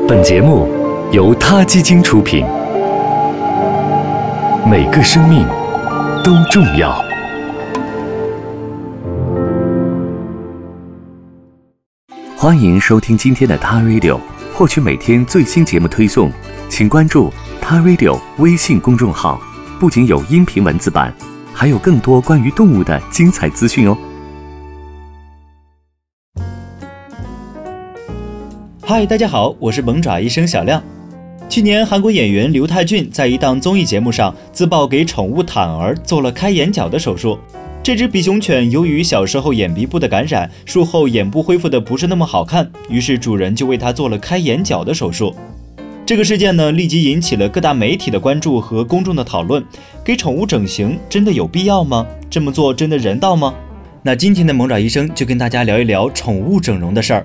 本节目由他基金出品，每个生命都重要。欢迎收听今天的他 Radio， 获取每天最新节目推送，请关注他 Radio 微信公众号，不仅有音频文字版，还有更多关于动物的精彩资讯哦。 嗨，大家好，我是萌爪医生小亮。去年韩国演员刘泰俊在一档综艺节目上自曝给宠物坦儿做了开眼角的手术。这只比熊犬由于小时候眼鼻部的感染，术后眼部恢复的不是那么好看，于是主人就为它做了开眼角的手术。这个事件呢，立即引起了各大媒体的关注和公众的讨论。给宠物整形真的有必要吗？这么做真的人道吗？那今天的萌爪医生就跟大家聊一聊宠物整容的事儿。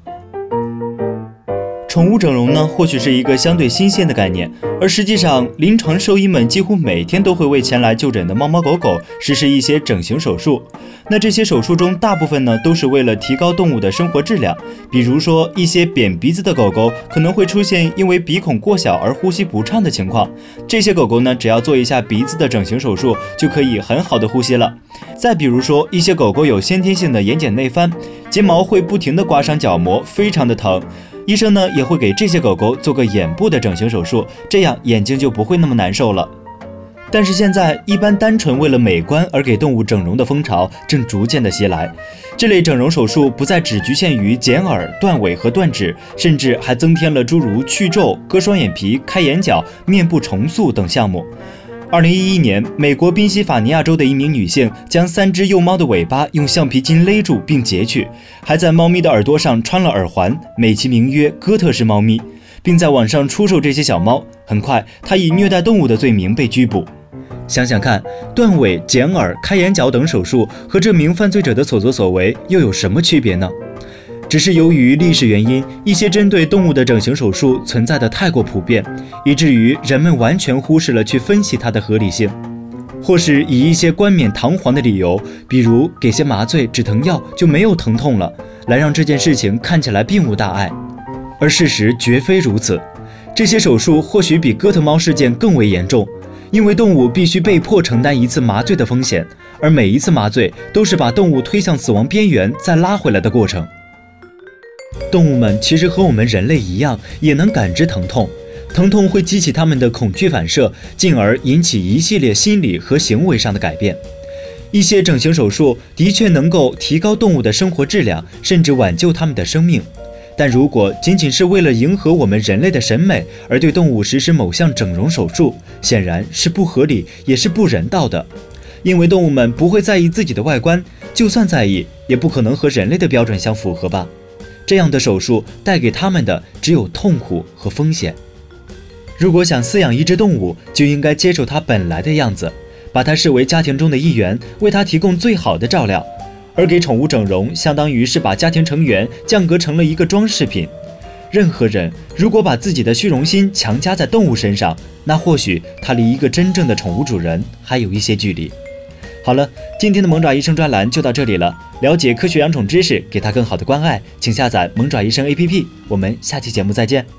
宠物整容呢，或许是一个相对新鲜的概念，而实际上，临床兽医们几乎每天都会为前来就诊的猫猫狗狗实施一些整形手术。那这些手术中，大部分呢都是为了提高动物的生活质量。比如说，一些扁鼻子的狗狗可能会出现因为鼻孔过小而呼吸不畅的情况，这些狗狗呢，只要做一下鼻子的整形手术，就可以很好的呼吸了。再比如说，一些狗狗有先天性的眼睑内翻，睫毛会不停地刮伤角膜，非常的疼。医生呢也会给这些狗狗做个眼部的整形手术，这样眼睛就不会那么难受了。但是现在，一般单纯为了美观而给动物整容的风潮正逐渐的袭来。这类整容手术不再只局限于剪耳、断尾和断指，甚至还增添了诸如去皱、割双眼皮、开眼角、面部重塑等项目。2011年，美国宾夕法尼亚州的一名女性将3只幼猫的尾巴用橡皮筋勒住并截去，还在猫咪的耳朵上穿了耳环，美其名曰哥特式猫咪，并在网上出售这些小猫。很快，她以虐待动物的罪名被拘捕。想想看，断尾、剪耳、开眼角等手术和这名犯罪者的所作所为又有什么区别呢？只是由于历史原因，一些针对动物的整形手术存在的太过普遍，以至于人们完全忽视了去分析它的合理性，或是以一些冠冕堂皇的理由，比如给些麻醉止疼药就没有疼痛了，来让这件事情看起来并无大碍。而事实绝非如此，这些手术或许比哥特猫事件更为严重，因为动物必须被迫承担一次麻醉的风险，而每一次麻醉都是把动物推向死亡边缘再拉回来的过程。动物们其实和我们人类一样，也能感知疼痛，疼痛会激起它们的恐惧反射，进而引起一系列心理和行为上的改变。一些整形手术的确能够提高动物的生活质量，甚至挽救它们的生命。但如果仅仅是为了迎合我们人类的审美而对动物实施某项整容手术，显然是不合理也是不人道的。因为动物们不会在意自己的外观，就算在意，也不可能和人类的标准相符合吧。这样的手术带给他们的只有痛苦和风险。如果想饲养一只动物，就应该接受它本来的样子，把它视为家庭中的一员，为它提供最好的照料。而给宠物整容，相当于是把家庭成员降格成了一个装饰品。任何人如果把自己的虚荣心强加在动物身上，那或许他离一个真正的宠物主人还有一些距离。好了，今天的萌爪医生专栏就到这里了。了解科学养宠知识，给它更好的关爱，请下载萌爪医生 APP。我们下期节目再见。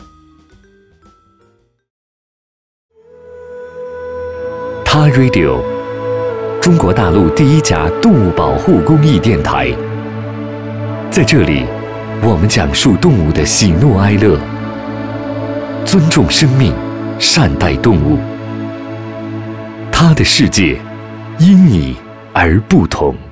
他 Radio， 中国大陆第一家动物保护公益电台。在这里，我们讲述动物的喜怒哀乐，尊重生命，善待动物。他的世界因你而不同。